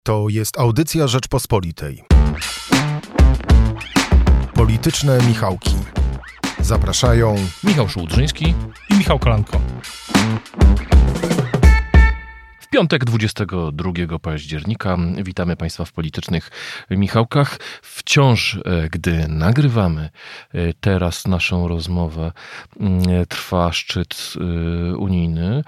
To jest audycja Rzeczpospolitej. Polityczne Michałki. Zapraszają Michał Szułdrzyński i Michał Kolanko. W piątek 22 października witamy Państwa w Politycznych Michałkach. Wciąż, gdy nagrywamy teraz naszą rozmowę, trwa szczyt unijny.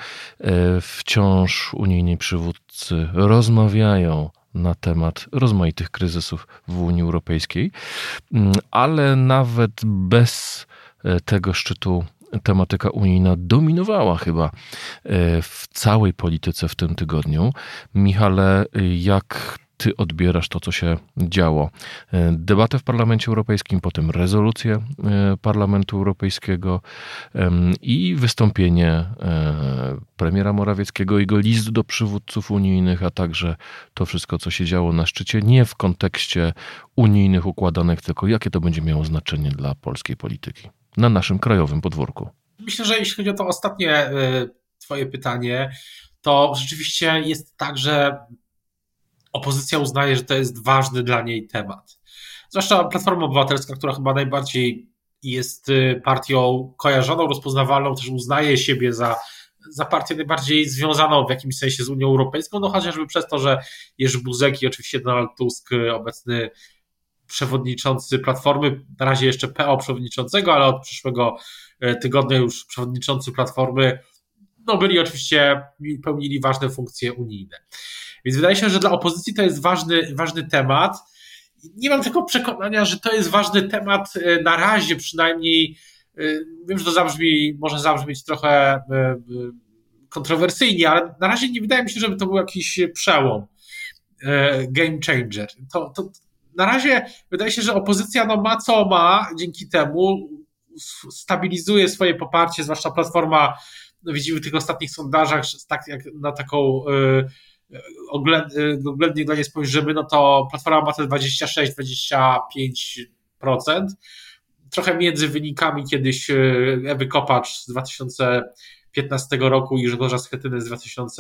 Wciąż unijni przywódcy rozmawiają na temat rozmaitych kryzysów w Unii Europejskiej, ale nawet bez tego szczytu tematyka unijna dominowała chyba w całej polityce w tym tygodniu. Michale, jak ty odbierasz to, co się działo? Debatę w Parlamencie Europejskim, potem rezolucję Parlamentu Europejskiego i wystąpienie premiera Morawieckiego, jego list do przywódców unijnych, a także to wszystko, co się działo na szczycie, nie w kontekście unijnych układanek, tylko jakie to będzie miało znaczenie dla polskiej polityki na naszym krajowym podwórku. Myślę, że jeśli chodzi o to ostatnie twoje pytanie, to rzeczywiście jest tak, że opozycja uznaje, że to jest ważny dla niej temat. Zwłaszcza Platforma Obywatelska, która chyba najbardziej jest partią kojarzoną, rozpoznawalną, też uznaje siebie za partię najbardziej związaną w jakimś sensie z Unią Europejską, no chociażby przez to, że Jerzy Buzek i oczywiście Donald Tusk, obecny przewodniczący Platformy, na razie jeszcze PO przewodniczącego, ale od przyszłego tygodnia już przewodniczący Platformy, no byli oczywiście, pełnili ważne funkcje unijne. Więc wydaje się, że dla opozycji to jest ważny temat. Nie mam tylko przekonania, że to jest ważny temat na razie przynajmniej. Wiem, że to może zabrzmieć trochę kontrowersyjnie, ale na razie nie wydaje mi się, żeby to był jakiś przełom, game changer. To na razie wydaje się, że opozycja ma co ma, dzięki temu stabilizuje swoje poparcie, zwłaszcza Platforma, widzimy w tych ostatnich sondażach, że tak jak na taką oględnie dla niej spojrzymy, no to Platforma ma te 26-25%. Trochę między wynikami kiedyś Ewy Kopacz z 2015 roku i Grzegorza Schetyny z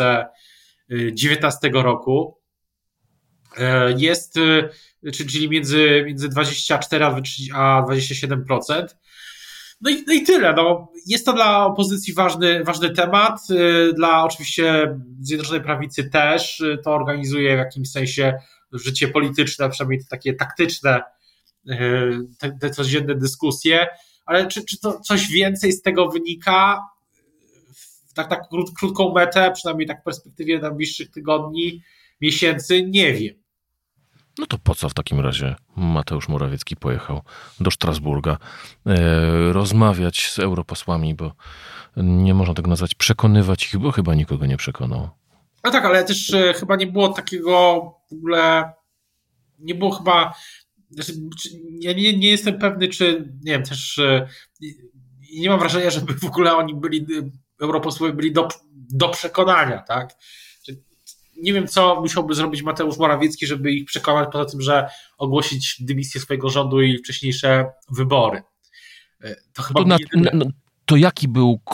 2019 roku. Jest, czyli między 24 a 27%. No i tyle. No, jest to dla opozycji ważny temat. Dla oczywiście Zjednoczonej Prawicy też. To organizuje w jakimś sensie życie polityczne, przynajmniej takie taktyczne, te codzienne dyskusje. Ale czy to coś więcej z tego wynika? Tak krótką metę, przynajmniej tak w perspektywie najbliższych tygodni, miesięcy, nie wiem. No to po co w takim razie Mateusz Morawiecki pojechał do Strasburga rozmawiać z europosłami, bo nie można tego nazwać przekonywać ich, bo chyba nikogo nie przekonał. No tak, ale też chyba nie było takiego w ogóle, nie było chyba, ja nie jestem pewny, czy nie wiem, też nie mam wrażenia, żeby w ogóle oni europosłowie byli do przekonania, tak? Nie wiem, co musiałby zrobić Mateusz Morawiecki, żeby ich przekonać, poza tym, że ogłosić dymisję swojego rządu i wcześniejsze wybory. To chyba to jaki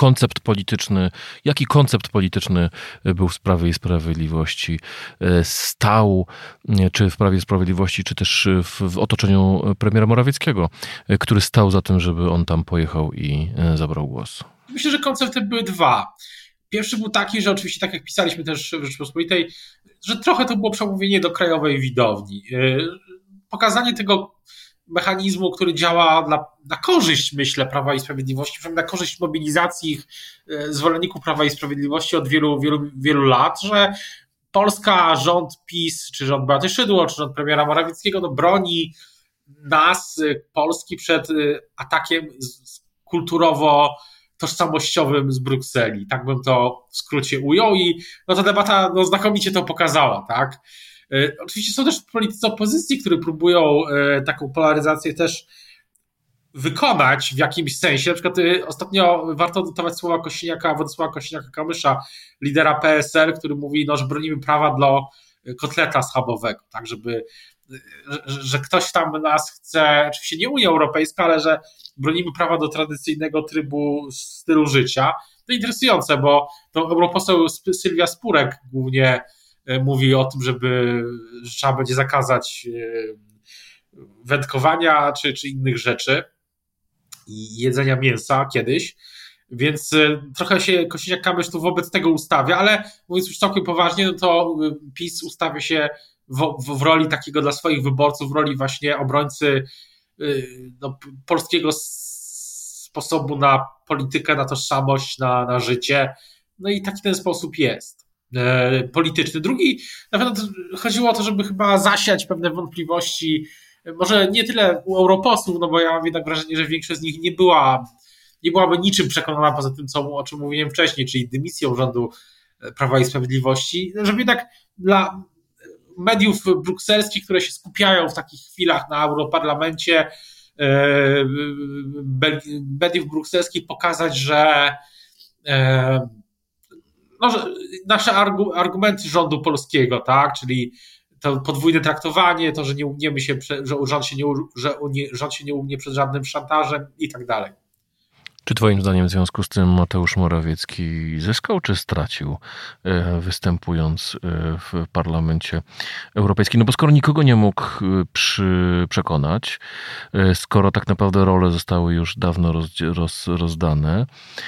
koncept polityczny był w Prawie i Sprawiedliwości? Stał, czy w Prawie i Sprawiedliwości, czy też w otoczeniu premiera Morawieckiego, który stał za tym, żeby on tam pojechał i zabrał głos? Myślę, że koncepty były dwa. Pierwszy był taki, że oczywiście, tak jak pisaliśmy też w Rzeczpospolitej, że trochę to było przemówienie do krajowej widowni. Pokazanie tego mechanizmu, który działa na korzyść, myślę, Prawa i Sprawiedliwości, przynajmniej na korzyść mobilizacji ich zwolenników Prawa i Sprawiedliwości od wielu lat, że Polska, rząd PiS, czy rząd Beaty Szydło, czy rząd premiera Morawieckiego broni nas, Polski, przed atakiem kulturowo-tożsamościowym z Brukseli. Tak bym to w skrócie ujął i ta debata znakomicie to pokazała, tak? Oczywiście są też politycy opozycji, którzy próbują taką polaryzację też wykonać w jakimś sensie. Na przykład ostatnio warto odnotować słowa Władysława Kosiniaka-Kamysza, lidera PSL, który mówi, że bronimy prawa do kotleta schabowego, tak, że ktoś tam nas chce, oczywiście nie Unia Europejska, ale że bronimy prawa do tradycyjnego trybu stylu życia. To interesujące, bo to europoseł Sylwia Spurek głównie mówi o tym, że trzeba będzie zakazać wędkowania czy innych rzeczy i jedzenia mięsa kiedyś. Więc trochę się Kosiniak-Kamysz tu wobec tego ustawia, ale mówiąc już całkiem poważnie, no to PiS ustawia się w roli takiego dla swoich wyborców, w roli właśnie obrońcy polskiego sposobu na politykę, na tożsamość, na życie. No i taki ten sposób jest polityczny. Drugi, na pewno chodziło o to, żeby chyba zasiać pewne wątpliwości, może nie tyle u europosłów, no bo ja mam jednak wrażenie, że większość z nich nie byłaby niczym przekonana poza tym, o czym mówiłem wcześniej, czyli dymisją rządu Prawa i Sprawiedliwości, żeby jednak dla mediów brukselskich, które się skupiają w takich chwilach na Europarlamencie, mediów brukselskich pokazać, że nasze argumenty rządu polskiego, tak, czyli to podwójne traktowanie, to, że nie ugniemy się, że rząd się nie ugnie przed żadnym szantażem i tak dalej. Czy twoim zdaniem w związku z tym Mateusz Morawiecki zyskał czy stracił, występując w Parlamencie Europejskim? No bo skoro nikogo nie mógł przekonać, skoro tak naprawdę role zostały już dawno rozdane,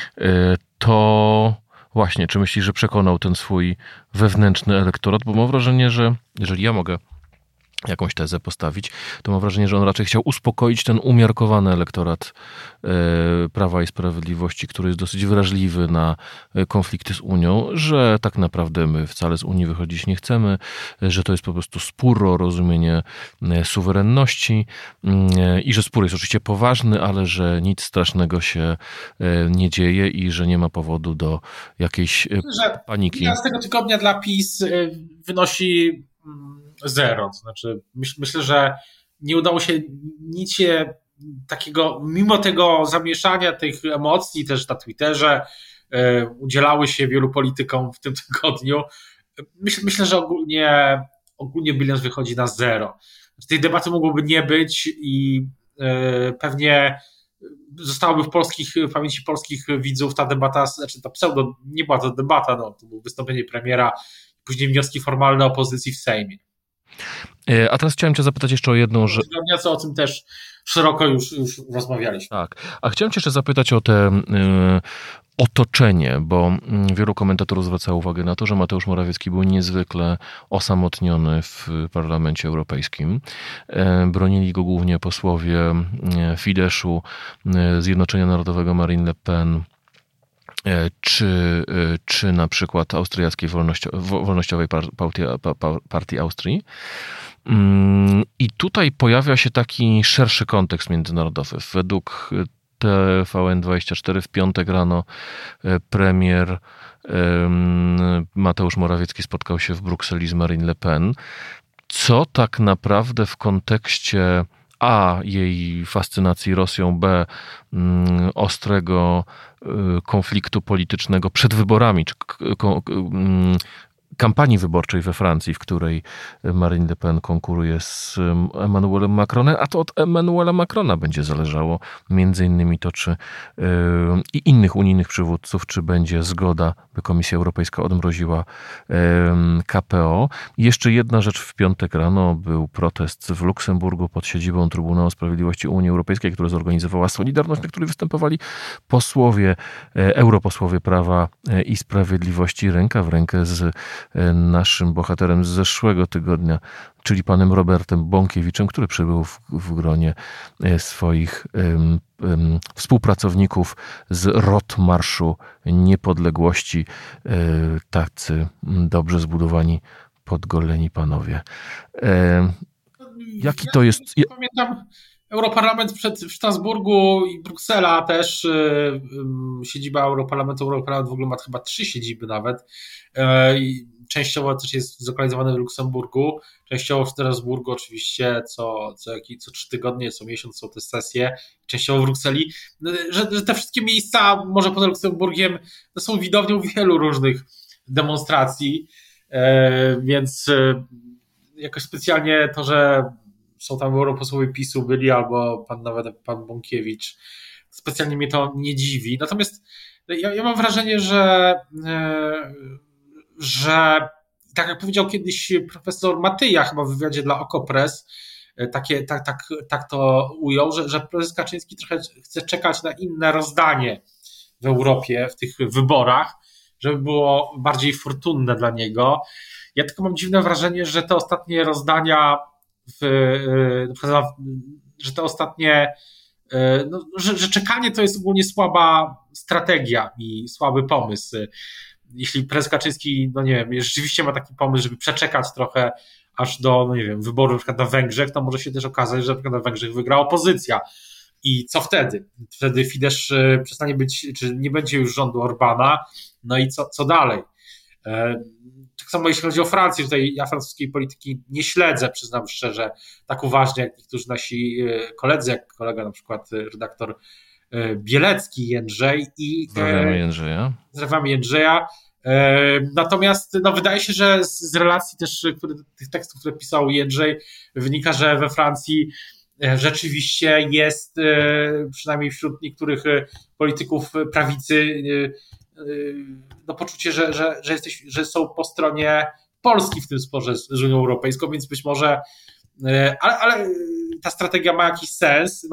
to właśnie, czy myślisz, że przekonał ten swój wewnętrzny elektorat? Bo mam wrażenie, że jeżeli ja mogę jakąś tezę postawić, to mam wrażenie, że on raczej chciał uspokoić ten umiarkowany elektorat Prawa i Sprawiedliwości, który jest dosyć wrażliwy na konflikty z Unią, że tak naprawdę my wcale z Unii wychodzić nie chcemy, że to jest po prostu spór o rozumienie suwerenności i że spór jest oczywiście poważny, ale że nic strasznego się nie dzieje i że nie ma powodu do jakiejś paniki. Z tego tygodnia dla PiS wynosi 0. To znaczy, myślę, że nie udało się nic takiego, mimo tego zamieszania tych emocji, też na Twitterze udzielały się wielu politykom w tym tygodniu. Myślę, że ogólnie bilans wychodzi na 0. Tej debaty mogłoby nie być i pewnie zostałaby w pamięci polskich widzów ta debata, znaczy ta nie była to debata, no, to było wystąpienie premiera, później wnioski formalne opozycji w Sejmie. A teraz chciałem cię zapytać jeszcze o jedną rzecz. O tym też szeroko już rozmawialiśmy. Tak, a chciałem cię jeszcze zapytać o te otoczenie, bo wielu komentatorów zwraca uwagę na to, że Mateusz Morawiecki był niezwykle osamotniony w Parlamencie Europejskim. Bronili go głównie posłowie Fideszu, Zjednoczenia Narodowego Marine Le Pen, czy na przykład austriackiej wolnościowej partii Austrii. I tutaj pojawia się taki szerszy kontekst międzynarodowy. Według TVN24 w piątek rano premier Mateusz Morawiecki spotkał się w Brukseli z Marine Le Pen, co tak naprawdę w kontekście A, jej fascynacji Rosją, B, ostrego konfliktu politycznego przed wyborami, czy kampanii wyborczej we Francji, w której Marine Le Pen konkuruje z Emmanuelem Macronem, a to od Emmanuela Macrona będzie zależało między innymi to, czy i innych unijnych przywódców, czy będzie zgoda, by Komisja Europejska odmroziła KPO. I jeszcze jedna rzecz, w piątek rano był protest w Luksemburgu pod siedzibą Trybunału Sprawiedliwości Unii Europejskiej, który zorganizowała Solidarność, na której występowali europosłowie Prawa i Sprawiedliwości ręka w rękę z naszym bohaterem z zeszłego tygodnia, czyli panem Robertem Bąkiewiczem, który przybył w gronie swoich współpracowników z ROT Marszu Niepodległości. Tacy dobrze zbudowani, podgoleni panowie. Jaki to jest... Ja pamiętam Europarlament w Strasburgu i Bruksela też, siedziba Europarlamentu w ogóle ma chyba 3 siedziby nawet. Częściowo też jest zlokalizowany w Luksemburgu, częściowo w Strasburgu oczywiście co 3 tygodnie, co miesiąc są te sesje, częściowo w Brukseli, że te wszystkie miejsca, może poza Luksemburgiem, są widownią wielu różnych demonstracji, więc jakoś specjalnie to, że są tam europosłowie PiS-u byli, albo nawet pan Bąkiewicz, specjalnie mnie to nie dziwi. Natomiast ja mam wrażenie, że tak jak powiedział kiedyś profesor Matyja chyba w wywiadzie dla Okopres, tak to ujął, że prezes Kaczyński trochę chce czekać na inne rozdanie w Europie w tych wyborach, żeby było bardziej fortunne dla niego. Ja tylko mam dziwne wrażenie, że te ostatnie rozdania, że te ostatnie, że czekanie to jest ogólnie słaba strategia i słaby pomysł. Jeśli prezes Kaczyński, nie wiem, rzeczywiście ma taki pomysł, żeby przeczekać trochę aż do, nie wiem, wyboru na przykład na Węgrzech, to może się też okazać, że na przykład na Węgrzech wygra opozycja. I co wtedy? Wtedy Fidesz przestanie być, czy nie będzie już rządu Orbana, no i co dalej? Tak samo jeśli chodzi o Francję, tutaj ja francuskiej polityki nie śledzę, przyznam szczerze, tak uważnie jak niektórzy nasi koledzy, jak kolega na przykład redaktor Bielecki Jędrzej. Pozdrawiamy Jędrzeja. Pozdrawiamy Jędrzeja. Natomiast wydaje się, że z relacji też tych tekstów, które pisał Jędrzej, wynika, że we Francji rzeczywiście jest, przynajmniej wśród niektórych polityków prawicy, poczucie, że są po stronie Polski w tym sporze z Unią Europejską, więc być może, ale ta strategia ma jakiś sens,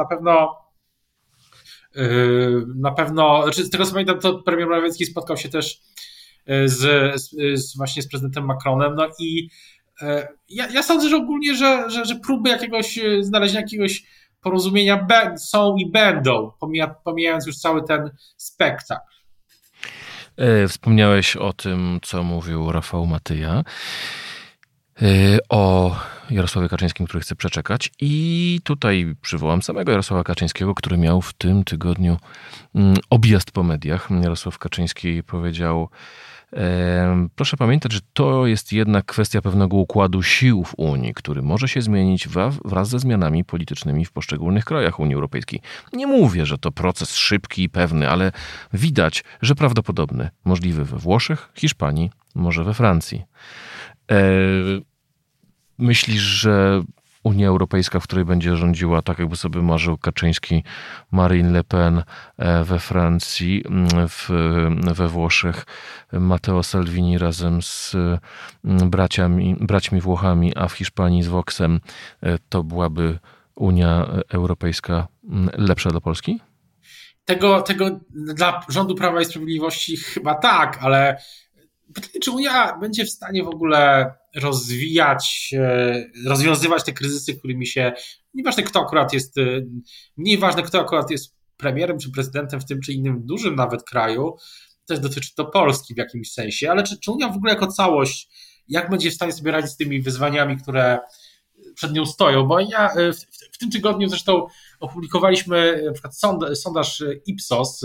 na pewno, znaczy z tego co pamiętam, to premier Morawiecki spotkał się też właśnie z prezydentem Macronem, i ja sądzę, że ogólnie, że próby znalezienia jakiegoś porozumienia są i będą, pomijając już cały ten spektakl. Wspomniałeś o tym, co mówił Rafał Matyja, o Jarosławie Kaczyńskim, który chce przeczekać, i tutaj przywołam samego Jarosława Kaczyńskiego, który miał w tym tygodniu objazd po mediach. Jarosław Kaczyński powiedział: proszę pamiętać, że to jest jednak kwestia pewnego układu sił w Unii, który może się zmienić wraz ze zmianami politycznymi w poszczególnych krajach Unii Europejskiej. Nie mówię, że to proces szybki i pewny, ale widać, że prawdopodobny, możliwy we Włoszech, Hiszpanii, może we Francji. Myślisz, że Unia Europejska, w której będzie rządziła, tak jakby sobie marzył Kaczyński, Marine Le Pen we Francji, we Włoszech Matteo Salvini razem z braćmi Włochami, a w Hiszpanii z Voxem, to byłaby Unia Europejska lepsza dla Polski? Tego dla rządu Prawa i Sprawiedliwości chyba tak, ale pytanie, czy Unia będzie w stanie w ogóle rozwiązywać te kryzysy, którymi się, nieważne kto akurat jest premierem czy prezydentem w tym czy innym dużym nawet kraju, też dotyczy to Polski w jakimś sensie, ale czy Unia w ogóle jako całość, jak będzie w stanie sobie radzić z tymi wyzwaniami, które przed nią stoją, bo ja w tym tygodniu zresztą opublikowaliśmy na przykład sondaż Ipsos,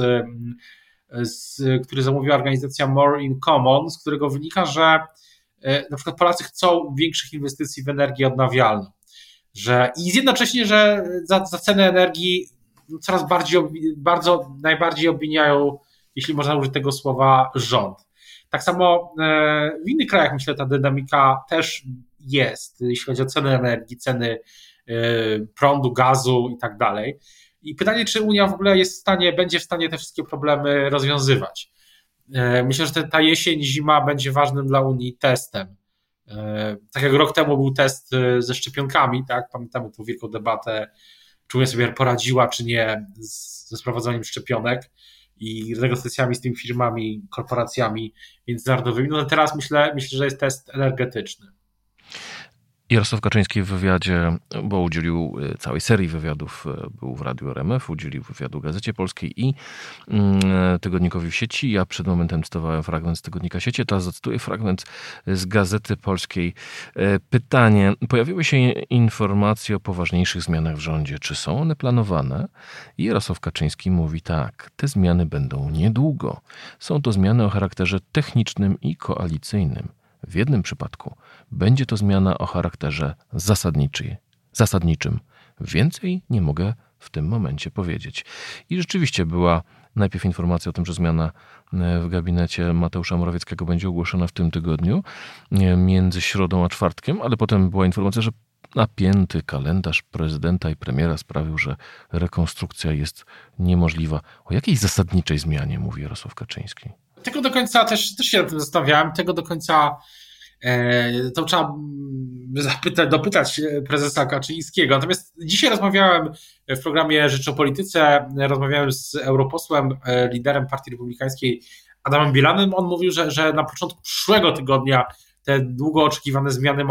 który zamówiła organizacja More in Common, z którego wynika, że na przykład Polacy chcą większych inwestycji w energię odnawialną. I jednocześnie, że za cenę energii coraz najbardziej obwiniają, jeśli można użyć tego słowa, rząd. Tak samo w innych krajach, myślę, ta dynamika też jest, jeśli chodzi o ceny energii, ceny prądu, gazu i tak dalej. I pytanie, czy Unia w ogóle będzie w stanie te wszystkie problemy rozwiązywać. Myślę, że ta jesień, zima będzie ważnym dla Unii testem. Tak jak rok temu był test ze szczepionkami, tak? Pamiętamy tą wielką debatę, czy Unia sobie poradziła, czy nie ze sprowadzeniem szczepionek i negocjacjami z tymi firmami, korporacjami międzynarodowymi. Teraz myślę, że jest test energetyczny. Jarosław Kaczyński w wywiadzie, bo udzielił całej serii wywiadów, był w Radiu RMF, udzielił wywiadu Gazecie Polskiej i Tygodnikowi w sieci. Ja przed momentem cytowałem fragment z Tygodnika Sieci, teraz zacytuję fragment z Gazety Polskiej. Pytanie: pojawiły się informacje o poważniejszych zmianach w rządzie. Czy są one planowane? I Jarosław Kaczyński mówi tak: te zmiany będą niedługo. Są to zmiany o charakterze technicznym i koalicyjnym. W jednym przypadku będzie to zmiana o charakterze zasadniczym. Więcej nie mogę w tym momencie powiedzieć. I rzeczywiście była najpierw informacja o tym, że zmiana w gabinecie Mateusza Morawieckiego będzie ogłoszona w tym tygodniu, między środą a czwartkiem, ale potem była informacja, że napięty kalendarz prezydenta i premiera sprawił, że rekonstrukcja jest niemożliwa. O jakiej zasadniczej zmianie mówi Jarosław Kaczyński? Tego do końca też się nad tym zastanawiałem, tego do końca To trzeba dopytać prezesa Kaczyńskiego. Natomiast dzisiaj rozmawiałem w programie Rzecz o Polityce, rozmawiałem z europosłem, liderem Partii Republikańskiej Adamem Bielanem. On mówił, że na początku przyszłego tygodnia te długo oczekiwane zmiany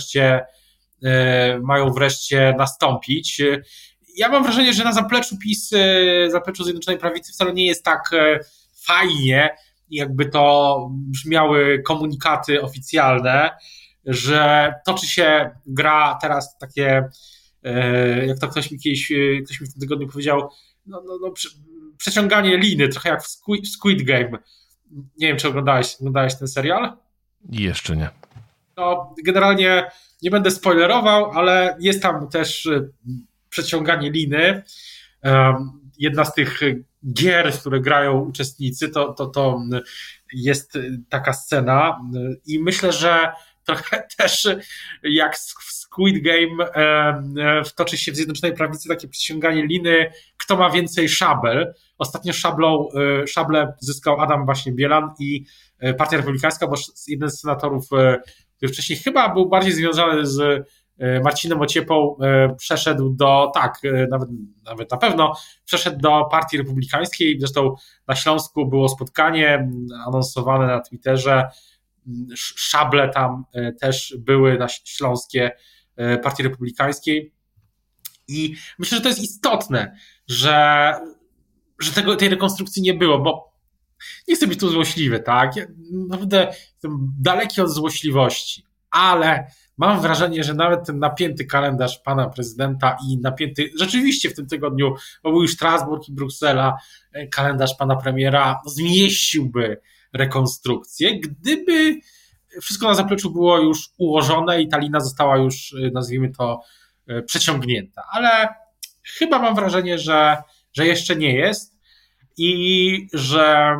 mają wreszcie nastąpić. Ja mam wrażenie, że na zapleczu PiS, zapleczu Zjednoczonej Prawicy wcale nie jest tak fajnie, jakby to brzmiały komunikaty oficjalne, że toczy się gra teraz takie, jak to ktoś mi w tym tygodniu powiedział, przeciąganie liny, trochę jak w Squid Game. Nie wiem, czy oglądałeś ten serial? Jeszcze nie. No, generalnie nie będę spoilerował, ale jest tam też przeciąganie liny. Jedna z tych gier, w które grają uczestnicy, to jest taka scena i myślę, że trochę też jak w Squid Game wtoczy się w Zjednoczonej Prawicy takie przeciąganie liny, kto ma więcej szabel. Ostatnio szable zyskał Adam właśnie Bielan i Partia Republikańska, bo jeden z senatorów, który wcześniej chyba był bardziej związany z Marcinem Ociepą, przeszedł nawet na pewno przeszedł do Partii Republikańskiej. Zresztą na Śląsku było spotkanie anonsowane na Twitterze. Szable tam też były na śląskie Partii Republikańskiej i myślę, że to jest istotne, że tej rekonstrukcji nie było, bo nie chcę być tu złośliwy, tak? Ja naprawdę jestem daleki od złośliwości, ale mam wrażenie, że nawet ten napięty kalendarz pana prezydenta i napięty rzeczywiście w tym tygodniu, bo był już Strasburg i Bruksela, kalendarz pana premiera zmieściłby rekonstrukcję, gdyby wszystko na zapleczu było już ułożone i ta lina została już, nazwijmy to, przeciągnięta. Ale chyba mam wrażenie, że jeszcze nie jest i że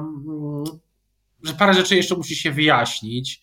parę rzeczy jeszcze musi się wyjaśnić.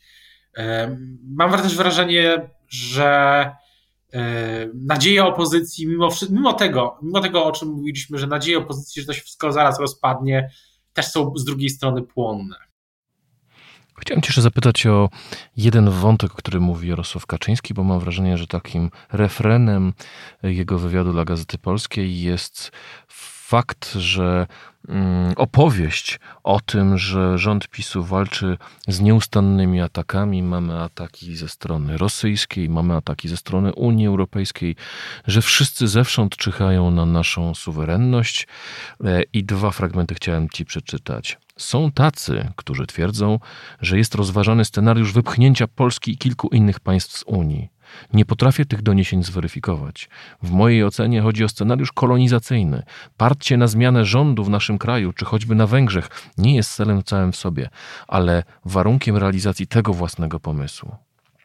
Mam też wrażenie, że nadzieje opozycji, mimo tego, o czym mówiliśmy, że nadzieje opozycji, że to się wszystko zaraz rozpadnie, też są z drugiej strony płonne. Chciałem cię jeszcze zapytać o jeden wątek, o którym mówi Jarosław Kaczyński, bo mam wrażenie, że takim refrenem jego wywiadu dla Gazety Polskiej jest fakt, że opowieść o tym, że rząd PiS-u walczy z nieustannymi atakami, mamy ataki ze strony rosyjskiej, mamy ataki ze strony Unii Europejskiej, że wszyscy zewsząd czyhają na naszą suwerenność i dwa fragmenty chciałem ci przeczytać. Są tacy, którzy twierdzą, że jest rozważany scenariusz wypchnięcia Polski i kilku innych państw z Unii. Nie potrafię tych doniesień zweryfikować. W mojej ocenie chodzi o scenariusz kolonizacyjny. Parcie na zmianę rządu w naszym kraju, czy choćby na Węgrzech, nie jest celem całym w sobie, ale warunkiem realizacji tego własnego pomysłu.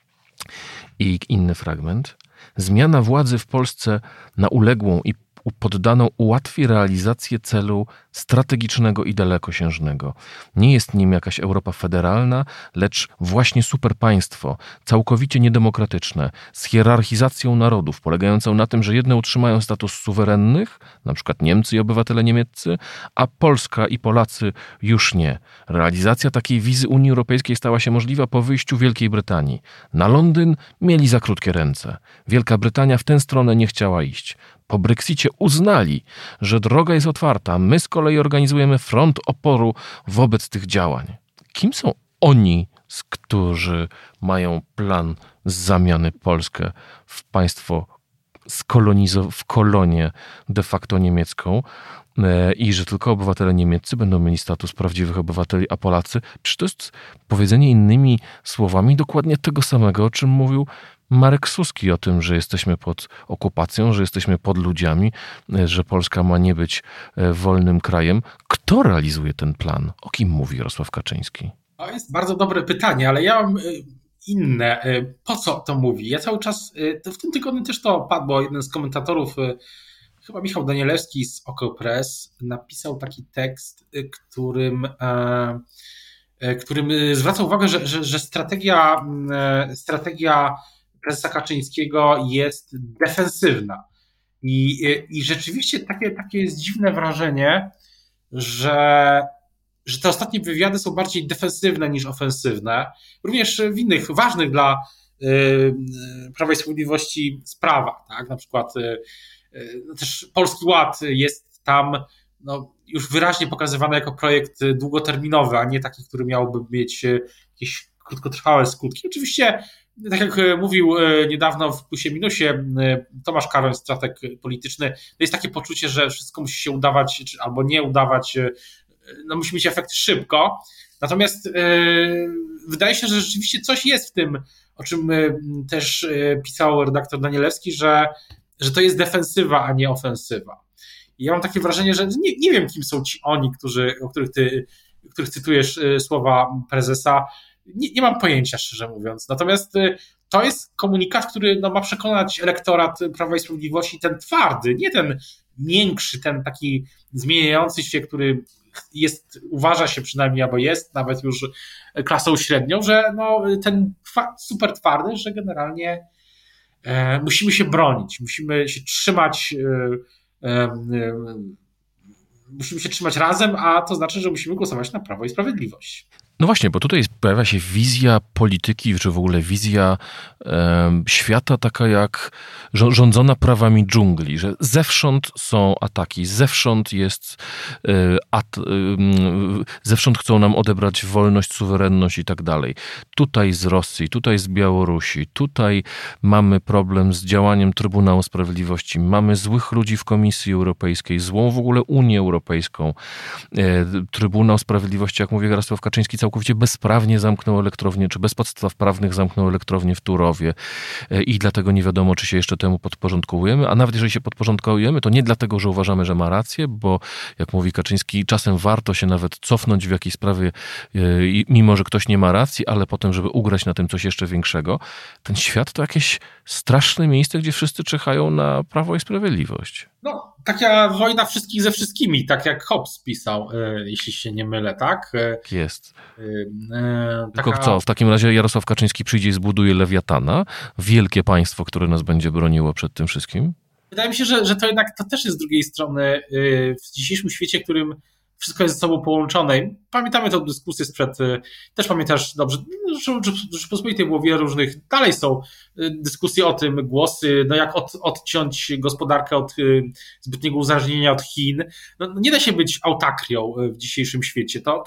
I inny fragment. Zmiana władzy w Polsce na uległą i poddaną ułatwi realizację celu strategicznego i dalekosiężnego. Nie jest nim jakaś Europa federalna, lecz właśnie superpaństwo, całkowicie niedemokratyczne, z hierarchizacją narodów, polegającą na tym, że jedne utrzymają status suwerennych, na przykład Niemcy i obywatele niemieccy, a Polska i Polacy już nie. Realizacja takiej wizy Unii Europejskiej stała się możliwa po wyjściu Wielkiej Brytanii. Na Londyn mieli za krótkie ręce. Wielka Brytania w tę stronę nie chciała iść. Po Brexicie uznali, że droga jest otwarta. My z kolei organizujemy front oporu wobec tych działań. Kim są oni, którzy mają plan zamiany Polskę w państwo w kolonię de facto niemiecką i że tylko obywatele niemieccy będą mieli status prawdziwych obywateli, a Polacy? Czy to jest powiedzenie innymi słowami dokładnie tego samego, o czym mówił Marek Suski, o tym, że jesteśmy pod okupacją, że jesteśmy pod ludziami, że Polska ma nie być wolnym krajem? Kto realizuje ten plan? O kim mówi Jarosław Kaczyński? To jest bardzo dobre pytanie, ale ja mam inne. Po co to mówi? Ja cały czas, w tym tygodniu też to padło, jeden z komentatorów, chyba Michał Danielewski z OKO.press, napisał taki tekst, którym zwraca uwagę, że strategia prezesa Kaczyńskiego jest defensywna. I rzeczywiście takie jest dziwne wrażenie, że że te ostatnie wywiady są bardziej defensywne niż ofensywne, również w innych ważnych dla Prawa i Sprawiedliwości sprawach, tak? Na przykład też Polski Ład jest tam już wyraźnie pokazywany jako projekt długoterminowy, a nie taki, który miałby mieć jakieś krótkotrwałe skutki. Oczywiście, tak jak mówił niedawno w Plusie Minusie Tomasz Karoń, strateg polityczny, to jest takie poczucie, że wszystko musi się udawać albo nie udawać, musi mieć efekt szybko. Natomiast wydaje się, że rzeczywiście coś jest w tym, o czym też pisał redaktor Danielewski, że to jest defensywa, a nie ofensywa. I ja mam takie wrażenie, że nie wiem, kim są ci oni, o których cytujesz słowa prezesa. Nie mam pojęcia, szczerze mówiąc. Natomiast to jest komunikat, który ma przekonać elektorat Prawa i Sprawiedliwości, ten twardy, nie ten miększy, ten taki zmieniający się, który uważa się przynajmniej, albo jest nawet już klasą średnią, że ten super twardy, że generalnie musimy się bronić, musimy się trzymać razem, a to znaczy, że musimy głosować na Prawo i Sprawiedliwość. No właśnie, bo tutaj pojawia się wizja polityki, czy w ogóle wizja świata taka jak rządzona prawami dżungli, że zewsząd są ataki, zewsząd zewsząd chcą nam odebrać wolność, suwerenność i tak dalej. Tutaj z Rosji, tutaj z Białorusi, tutaj mamy problem z działaniem Trybunału Sprawiedliwości, mamy złych ludzi w Komisji Europejskiej, złą w ogóle Unię Europejską. Trybunał Sprawiedliwości, jak mówi Jarosław Kaczyński, całkowicie bezprawnie zamknął elektrownię, czy bez podstaw prawnych zamknął elektrownię w Turowie i dlatego nie wiadomo, czy się jeszcze temu podporządkowujemy, a nawet jeżeli się podporządkowujemy, to nie dlatego, że uważamy, że ma rację, bo jak mówi Kaczyński, czasem warto się nawet cofnąć w jakiejś sprawie, mimo że ktoś nie ma racji, ale potem, żeby ugrać na tym coś jeszcze większego. Ten świat to jakieś straszne miejsce, gdzie wszyscy czyhają na Prawo i Sprawiedliwość. Taka wojna wszystkich ze wszystkimi, tak jak Hobbes pisał, jeśli się nie mylę, tak? Jest. Tylko co, w takim razie Jarosław Kaczyński przyjdzie i zbuduje Lewiatana, wielkie państwo, które nas będzie broniło przed tym wszystkim? Wydaje mi się, że to jednak to też jest z drugiej strony w dzisiejszym świecie, w którym wszystko jest ze sobą połączone. I pamiętamy tę dyskusję też pamiętasz dobrze, że w Rzeczypospolitej było wiele różnych, dalej są dyskusje o tym, głosy, jak odciąć gospodarkę od zbytniego uzależnienia od Chin. Nie da się być autakrią w dzisiejszym świecie. To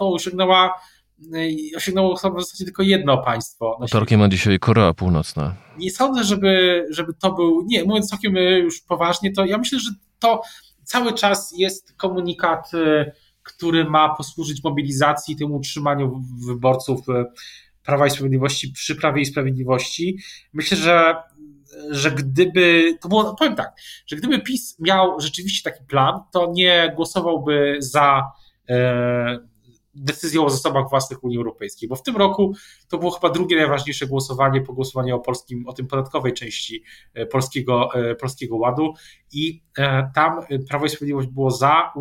osiągnęło w zasadzie tylko jedno państwo. Autarkię ma dzisiaj Korea Północna. Nie sądzę, żeby to był, mówiąc całkiem już poważnie, to ja myślę, że to cały czas jest komunikat, który ma posłużyć mobilizacji, temu utrzymaniu wyborców Prawa i Sprawiedliwości przy Prawie i Sprawiedliwości. Myślę, że gdyby, powiem tak, że gdyby PiS miał rzeczywiście taki plan, to nie głosowałby za decyzją o zasobach własnych Unii Europejskiej, bo w tym roku to było chyba drugie najważniejsze głosowanie po głosowaniu o tym podatkowej części Polskiego Ładu i tam Prawo i Sprawiedliwość było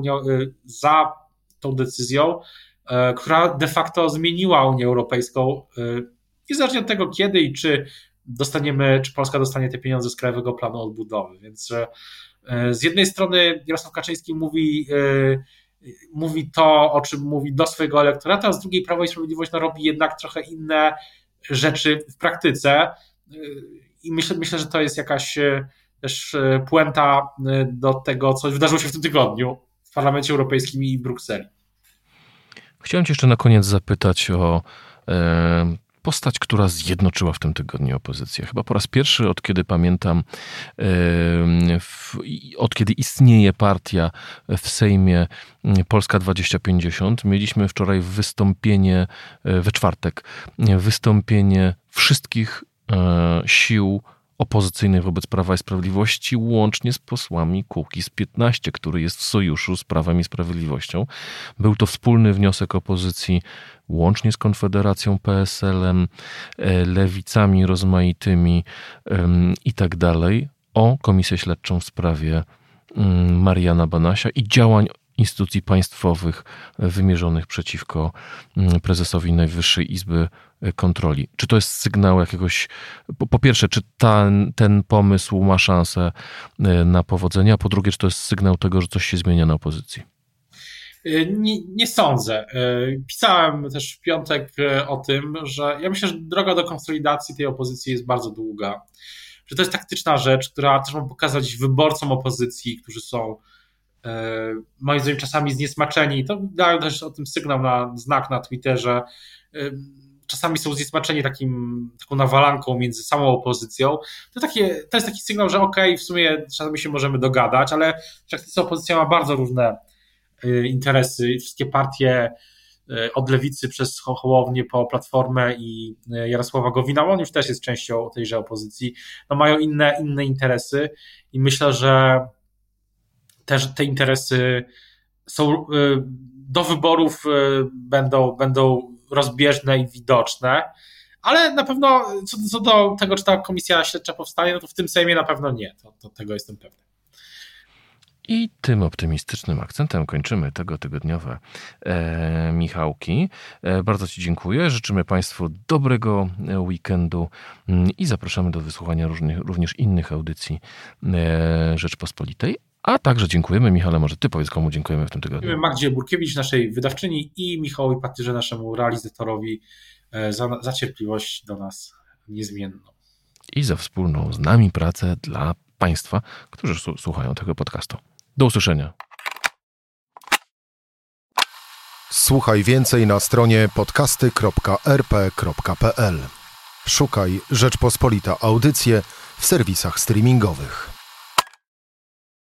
za tą decyzją, która de facto zmieniła Unię Europejską, niezależnie od tego kiedy i czy Polska dostanie te pieniądze z Krajowego Planu Odbudowy. Więc z jednej strony Jarosław Kaczyński mówi to, o czym mówi do swojego elektoratu, a z drugiej Prawo i Sprawiedliwość robi jednak trochę inne rzeczy w praktyce i myślę, że to jest jakaś też puenta do tego, co wydarzyło się w tym tygodniu w Parlamencie Europejskim i w Brukseli. Chciałem cię jeszcze na koniec zapytać o postać, która zjednoczyła w tym tygodniu opozycję. Chyba po raz pierwszy, od kiedy pamiętam, od kiedy istnieje partia w Sejmie Polska 2050, mieliśmy wczoraj we czwartek, wystąpienie wszystkich sił opozycyjnych wobec Prawa i Sprawiedliwości, łącznie z posłami Kukiz-15, który jest w sojuszu z Prawem i Sprawiedliwością. Był to wspólny wniosek opozycji, łącznie z Konfederacją, PSL-em, lewicami rozmaitymi i tak dalej, o komisję śledczą w sprawie Mariana Banasia i działań instytucji państwowych wymierzonych przeciwko prezesowi Najwyższej Izby Kontroli. Czy to jest sygnał jakiegoś... Po pierwsze, czy ten pomysł ma szansę na powodzenie, a po drugie, czy to jest sygnał tego, że coś się zmienia na opozycji? Nie sądzę. Pisałem też w piątek o tym, że ja myślę, że droga do konsolidacji tej opozycji jest bardzo długa. Że to jest taktyczna rzecz, która też ma pokazać wyborcom opozycji, którzy są moim zdaniem czasami zniesmaczeni. To dają też o tym znak na Twitterze. Czasami są zniesmaczeni taką nawalanką między samą opozycją. To jest taki sygnał, że okej, w sumie czasami się możemy dogadać, ale w praktyce opozycja ma bardzo różne interesy. Wszystkie partie od Lewicy przez Hołownię po Platformę i Jarosława Gowina, on już też jest częścią tejże opozycji, no mają inne interesy i myślę, że też te interesy są do wyborów będą rozbieżne i widoczne, ale na pewno co do tego, czy ta komisja śledcza powstanie, no to w tym Sejmie na pewno nie, to tego jestem pewny. I tym optymistycznym akcentem kończymy tegotygodniowe Michałki. Bardzo Ci dziękuję. Życzymy Państwu dobrego weekendu i zapraszamy do wysłuchania również innych audycji Rzeczpospolitej. A także dziękujemy, Michale, może Ty powiedz, komu dziękujemy w tym tygodniu. Dziękujemy Magdzie Burkiewicz, naszej wydawczyni, i Michałowi Patyrze, naszemu realizatorowi, za cierpliwość do nas niezmienną. I za wspólną z nami pracę dla Państwa, którzy słuchają tego podcastu. Do usłyszenia. Słuchaj więcej na stronie podcasty.rp.pl. Szukaj Rzeczpospolita Audycje w serwisach streamingowych.